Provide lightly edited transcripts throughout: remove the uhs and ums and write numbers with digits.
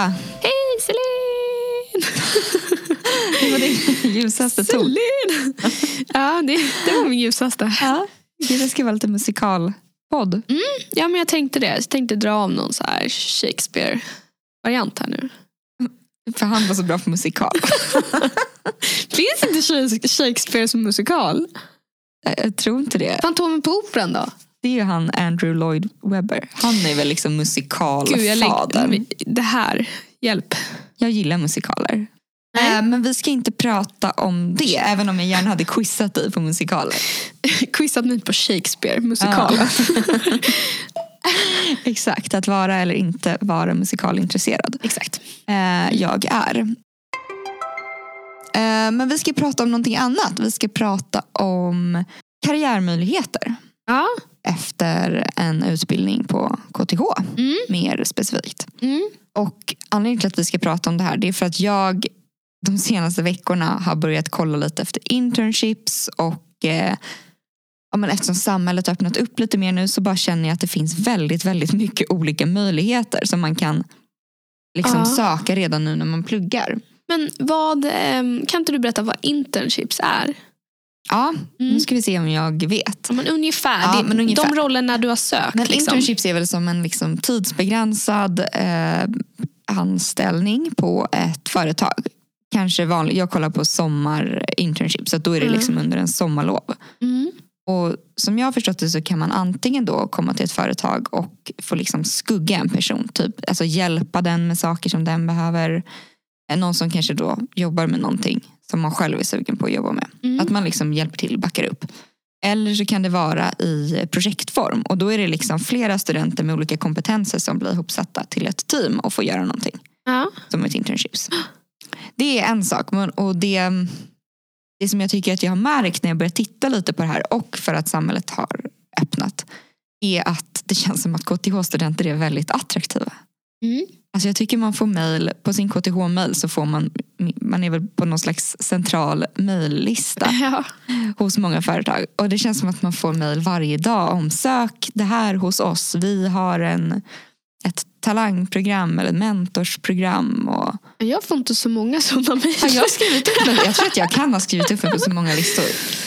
Ida. Hej Celine! Det var din ljusaste ton. Celine! Ja, det var min ljusaste. Ja, det ska vara lite musikalpodd. Ja, men jag tänkte det. Jag tänkte dra om någon så här Shakespeare-variant här nu. För han var så bra på musikal. Finns inte Shakespeare som musikal? Jag tror inte det. Fantomen på operan då? Det är ju han Andrew Lloyd Webber. Han är väl liksom musikalfadern. Det här, hjälp. Jag gillar musikaler. Men vi ska inte prata om det. Även om jag gärna hade quizat dig på musikaler. Quizat mig på Shakespeare, musikalen. Ja. Exakt, att vara eller inte vara musikalintresserad. Exakt. Jag är. Men vi ska prata om någonting annat. Vi ska prata om karriärmöjligheter. Ja. Efter en utbildning på KTH. Mer specifikt. Och anledningen till att vi ska prata om det här, det är för att jag de senaste veckorna har börjat kolla lite efter internships. Och men eftersom samhället har öppnat upp lite mer nu, så bara känner jag att det finns väldigt, väldigt mycket olika möjligheter som man kan liksom söka redan nu när man pluggar. Men kan inte du berätta vad internships är? Ja, nu ska vi se om jag vet. Men ungefär. De rollerna du har sökt. Men liksom. internships är väl som en liksom tidsbegränsad anställning på ett företag. Kanske vanligt. Jag kollar på sommarinternship, så då är det liksom under en sommarlov. Och som jag har förstått det, så kan man antingen då komma till ett företag och få liksom skugga en person. Typ, alltså hjälpa den med saker som den behöver. Någon som kanske då jobbar med någonting som man själv är sugen på att jobba med. Att man liksom hjälper till, backar upp. Eller så kan det vara i projektform. Och då är det liksom flera studenter med olika kompetenser som blir ihopsatta till ett team och får göra någonting. Som ett internships. Det är en sak. Och det som jag tycker att jag har märkt när jag börjar titta lite på det här, och för att samhället har öppnat, är att det känns som att KTH-studenter är väldigt attraktiva. Alltså jag tycker man får mejl på sin KTH-mejl, så får man är väl på någon slags central mejllista hos många företag. Och det känns som att man får mejl varje dag om sök det här hos oss. Vi har ett talangprogram eller mentorsprogram. Och Jag får inte så många sådana mejl. Jag har skrivit upp det. Jag tror att jag kan ha skrivit upp det på så många listor.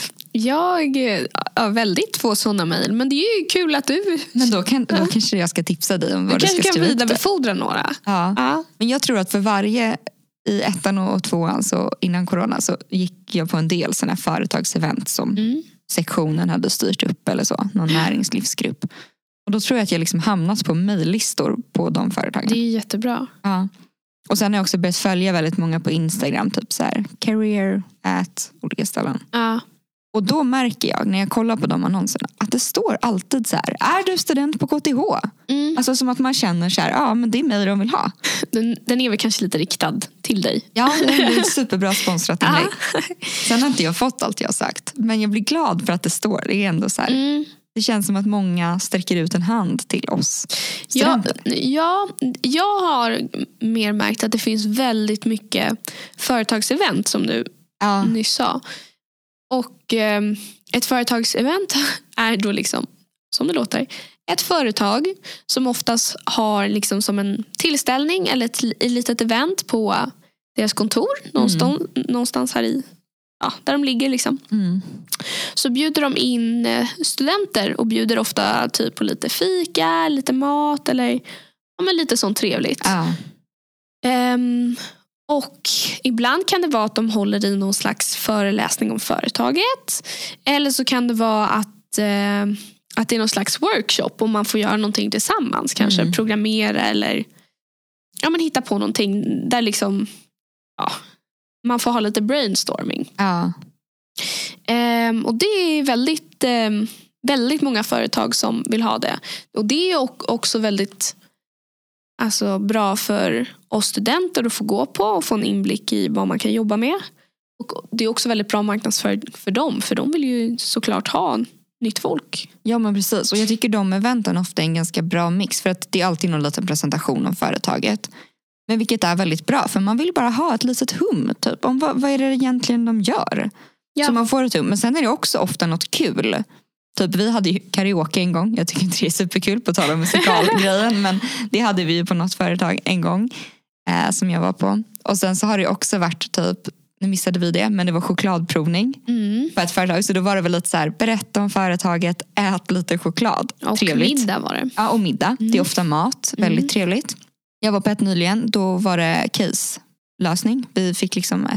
Jag har väldigt få sådana mejl. Men det är ju kul att du... Men då kanske jag ska tipsa dig om vad du ska skriva upp. Du kanske kan vidarebefordra några. Ja. Men jag tror att för varje, i 1:an och 2:an, så innan corona, så gick jag på en del sådana här företagsevent som sektionen hade styrt upp eller så. Någon näringslivsgrupp. Och då tror jag att jag liksom hamnat på mejllistor på de företagen. Det är jättebra. Ja. Och sen har jag också börjat följa väldigt många på Instagram. Typ så här, career at olika ställen. Ja. Och då märker jag när jag kollar på de annonserna att det står alltid så här: är du student på KTH? Alltså som att man känner så här, men det är mig de vill ha. Den är väl kanske lite riktad till dig. Ja, det är ett superbra sponsrat inlägg. Sen har inte jag fått allt jag har sagt. Men jag blir glad för att det står. Det är ändå så här. Det känns som att många sträcker ut en hand till oss studenter. Ja, jag har mer märkt att det finns väldigt mycket företagsevent som du nyss sa. Och ett företagsevent är då liksom, som det låter, ett företag som oftast har liksom som en tillställning eller ett litet event på deras kontor någonstans här i, där de ligger liksom. Så bjuder de in studenter och bjuder ofta typ på lite fika, lite mat eller men lite sånt trevligt. Och ibland kan det vara att de håller i någon slags föreläsning om företaget. Eller så kan det vara att det är någon slags workshop och man får göra någonting tillsammans. Kanske programmera eller hitta på någonting där liksom man får ha lite brainstorming. Och det är väldigt, väldigt många företag som vill ha det. Och det är också väldigt bra för oss studenter att få gå på och få en inblick i vad man kan jobba med. Och det är också väldigt bra för dem. För de vill ju såklart ha nytt folk. Ja, men precis. Och jag tycker de eventen ofta är en ganska bra mix. För att det är alltid någon liten presentation om företaget. Men vilket är väldigt bra. För man vill bara ha ett litet hum typ, om vad är det egentligen de gör. Så man får ett hum. Men sen är det också ofta något kul. Typ vi hade ju karaoke en gång. Jag tycker inte det är superkul på tal om musikalgrejen. Men det hade vi ju på något företag en gång. som jag var på. Och sen så har det också varit typ, nu missade vi det, men det var chokladprovning på ett företag. Så då var det väl lite så här, berätta om företaget, ät lite choklad. Och trevligt. Middag var det. Ja, och middag. Det är ofta mat, väldigt trevligt. Jag var på ett nyligen, då var det case-lösning. Vi fick liksom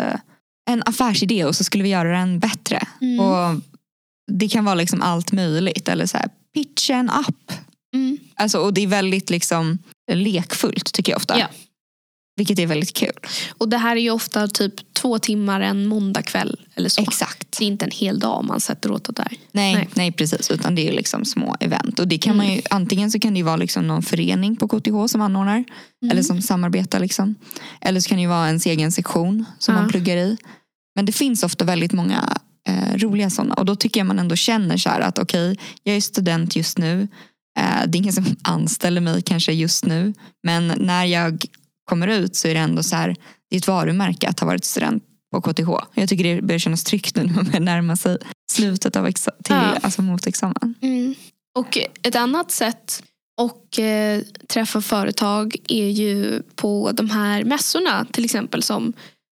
en affärsidé och så skulle vi göra den bättre. Och det kan vara liksom allt möjligt. Eller så här, pitcha en app. Alltså, och det är väldigt liksom lekfullt tycker jag ofta. Ja. Vilket är väldigt kul. Och det här är ju ofta typ 2 timmar en måndagkväll eller så. Exakt. Det är inte en hel dag man sätter åt det där. Nej, precis. Utan det är liksom små event. Och det kan man ju, antingen så kan det ju vara liksom någon förening på KTH som anordnar. Eller som samarbetar liksom. Eller så kan det ju vara ens egen sektion som man pluggar i. Men det finns ofta väldigt många roliga sådana. Och då tycker jag man ändå känner så här att okej, jag är student just nu. Det är ingen som anställer mig kanske just nu. Men när jag kommer ut så är det ändå så här, det är ett varumärke att ha varit student på KTH. Jag tycker det börjar kännas tryggt nu när man börjar närma sig slutet av alltså mot examen. Och ett annat sätt att träffa företag är ju på de här mässorna till exempel som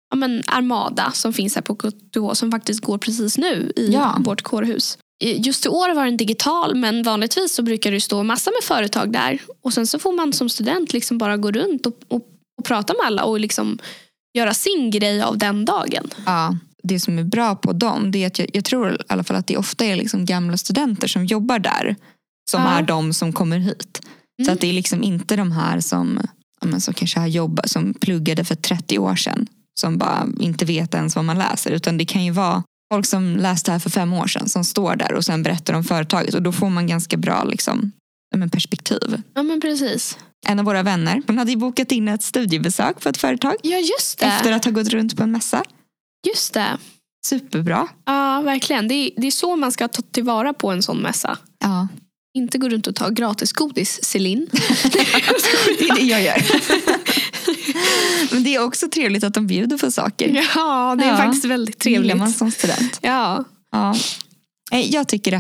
Armada som finns här på KTH som faktiskt går precis nu i vårt kårhus. Just i år var den digital, men vanligtvis så brukar det stå massa med företag där. Och sen så får man som student liksom bara gå runt och prata med alla och liksom göra sin grej av den dagen. Ja, det som är bra på dem, det är att jag tror i alla fall att det ofta är liksom gamla studenter som jobbar där. Som är de som kommer hit. Så att det är liksom inte de här som kanske har jobbat, som pluggade för 30 år sedan. Som bara inte vet ens vad man läser. Utan det kan ju vara folk som läste här för 5 år sedan som står där och sen berättar om företaget. Och då får man ganska bra liksom, perspektiv. Ja, men precis. En av våra vänner, hon hade ju bokat in ett studiebesök på ett företag. Ja, just det. Efter att ha gått runt på en mässa. Just det. Superbra. Ja, verkligen. Det är så man ska ta tillvara på en sån mässa. Ja. Inte gå runt och ta gratis godis, Celine. Det är det jag gör. Men det är också trevligt att de bjuder på saker. Ja, det är faktiskt väldigt trevligt. Gillar man som student. Ja. Jag tycker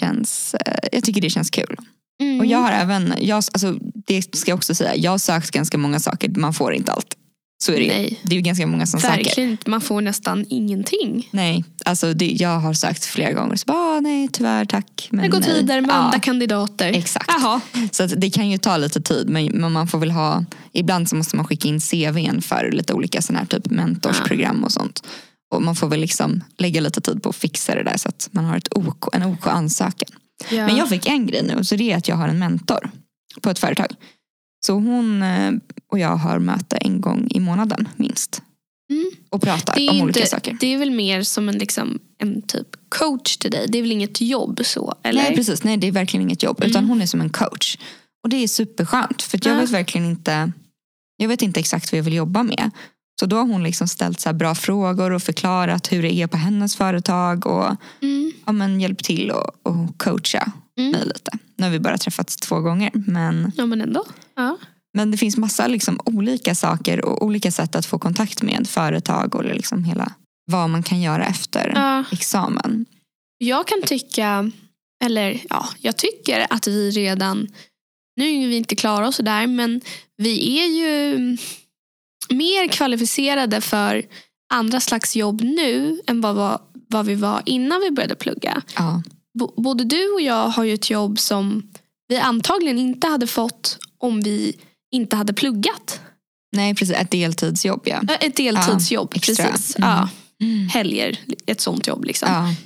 det känns kul. Och jag har även, det ska jag också säga, jag har sökt ganska många saker, man får inte allt. Så är det. Nej. Det är ju ganska många som söker. Verkligen, man får nästan ingenting. Nej, alltså jag har sökt flera gånger. Så nej, tyvärr, tack. Men, jag har gått vidare med andra kandidater. Exakt. Jaha. Så att det kan ju ta lite tid. Men man får väl ha, ibland så måste man skicka in CV:n för lite olika sådana här typ mentorsprogram och sånt. Och man får väl liksom lägga lite tid på att fixa det där så att man har en OK-ansökan. Ja. Men jag fick en grej nu, så det är att jag har en mentor på ett företag. Så hon och jag har möte en gång i månaden minst. Och pratar om olika saker. Det är väl mer som en typ coach till dig. Det är väl inget jobb så, eller? Nej, precis. Nej, det är verkligen inget jobb. Utan hon är som en coach. Och det är superskönt. För jag vet verkligen inte, jag vet inte exakt vad jag vill jobba med. Så då har hon liksom ställt så här bra frågor och förklarat hur det är på hennes företag. Och hjälpt till och coacha mig lite. Nu har vi bara träffats 2 gånger. Men ändå. Ja. Men det finns massa liksom olika saker och olika sätt att få kontakt med företag och liksom hela vad man kan göra efter examen. Jag kan tycka, jag tycker att vi redan, nu är vi inte klara och sådär, men vi är ju mer kvalificerade för andra slags jobb nu än vad vi var innan vi började plugga. Ja. Både du och jag har ju ett jobb som vi antagligen inte hade fått om vi inte hade pluggat. Nej, precis. Ett deltidsjobb, ja. Ett deltidsjobb, precis. Ja. Helger, ett sånt jobb liksom. Ja.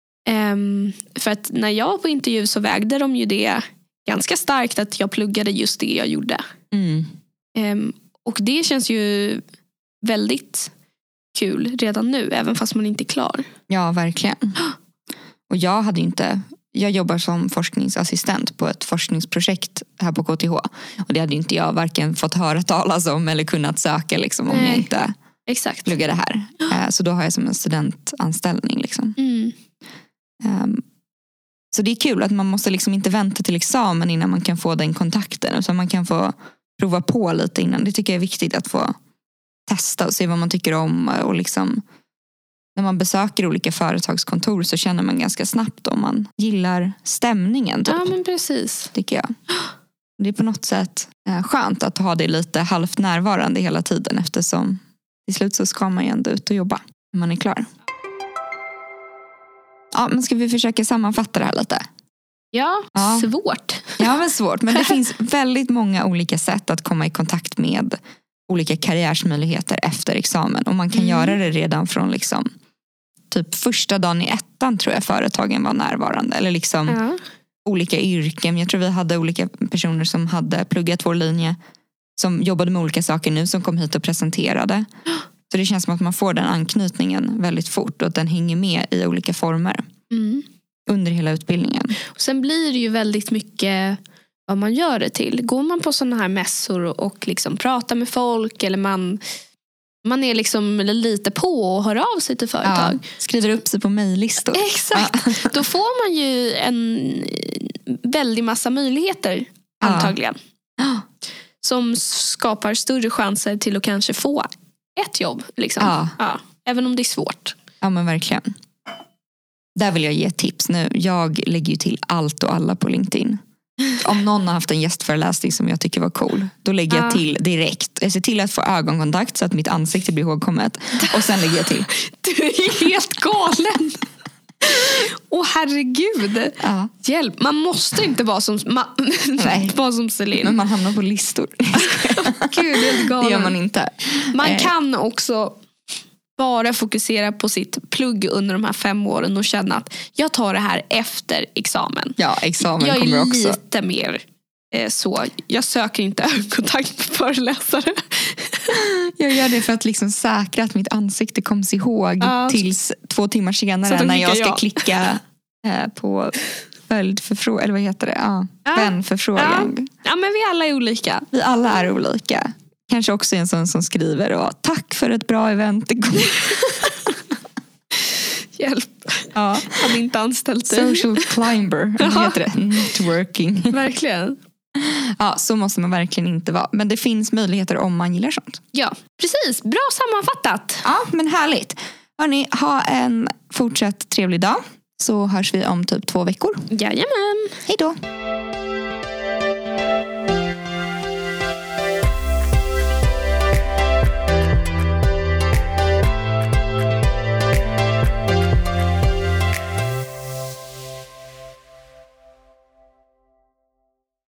För att när jag var på intervju så vägde de ju det ganska starkt att jag pluggade just det jag gjorde. Och det känns ju väldigt kul redan nu, även fast man inte är klar. Ja, verkligen. Och jag jobbar som forskningsassistent på ett forskningsprojekt här på KTH. Och det hade inte jag varken fått höra talas om eller kunnat söka liksom, om jag inte pluggade här. Så då har jag som en studentanställning. Liksom. Så det är kul att man måste liksom inte vänta till examen innan man kan få den kontakten. Utan man kan få prova på lite innan. Det tycker jag är viktigt att få testa och se vad man tycker om. Och liksom, när man besöker olika företagskontor så känner man ganska snabbt om man gillar stämningen. Typ. Ja, men precis. Tycker jag. Det är på något sätt skönt att ha det lite halvt närvarande hela tiden, eftersom till slut så ska man ju ändå ut och jobba när man är klar. Ja, men ska vi försöka sammanfatta det här lite? Ja. Svårt. Ja, men svårt. Men det finns väldigt många olika sätt att komma i kontakt med olika karriärsmöjligheter efter examen. Och man kan göra det redan från liksom, typ första dagen i ettan tror jag företagen var närvarande. Eller liksom olika yrken. Jag tror vi hade olika personer som hade pluggat vår linje. Som jobbade med olika saker nu som kom hit och presenterade. Så det känns som att man får den anknytningen väldigt fort. Och att den hänger med i olika former. Under hela utbildningen. Och sen blir det ju väldigt mycket vad man gör det till. Går man på sådana här mässor och liksom pratar med folk. Eller man är liksom lite på och hör av sig till företag. Ja, skriver upp sig på mejllistor. Exakt. Då får man ju en väldig massa möjligheter antagligen. Som skapar större chanser till att kanske få ett jobb. Liksom. Ja, även om det är svårt. Ja, men verkligen. Där vill jag ge ett tips nu. Jag lägger ju till allt och alla på LinkedIn. Om någon har haft en gästföreläsning som jag tycker var cool, då lägger jag till direkt. Jag ser till att få ögonkontakt så att mitt ansikte blir ihågkommet. Och sen lägger jag till. Du är helt galen. Herregud. Hjälp, man måste inte vara som Celine. Men man hamnar på listor. Gud, det är helt galen. Det gör man inte. Man kan också bara fokusera på sitt plugg under de här 5 åren och känna att jag tar det här efter examen. Ja, examen jag kommer också. Jag är lite mer så. Jag söker inte ögonkontakt med föreläsare. Jag gör det för att liksom säkra att mitt ansikte kommer ihåg tills 2 timmar senare när jag ska klicka på följdförfrågan, eller vad heter det? Vänförfrågan. Ja, men vi alla är olika. Vi alla är olika. Kanske också en sån som skriver och tack för ett bra event igår. Hjälp. Ja. Hade inte anställt dig. Social climber. Vad heter det? Networking. Verkligen. Ja, så måste man verkligen inte vara. Men det finns möjligheter om man gillar sånt. Ja, precis. Bra sammanfattat. Ja, men härligt. Hörrni, ha en fortsatt trevlig dag. Så hörs vi om typ 2 veckor. Jajamän. Hej då.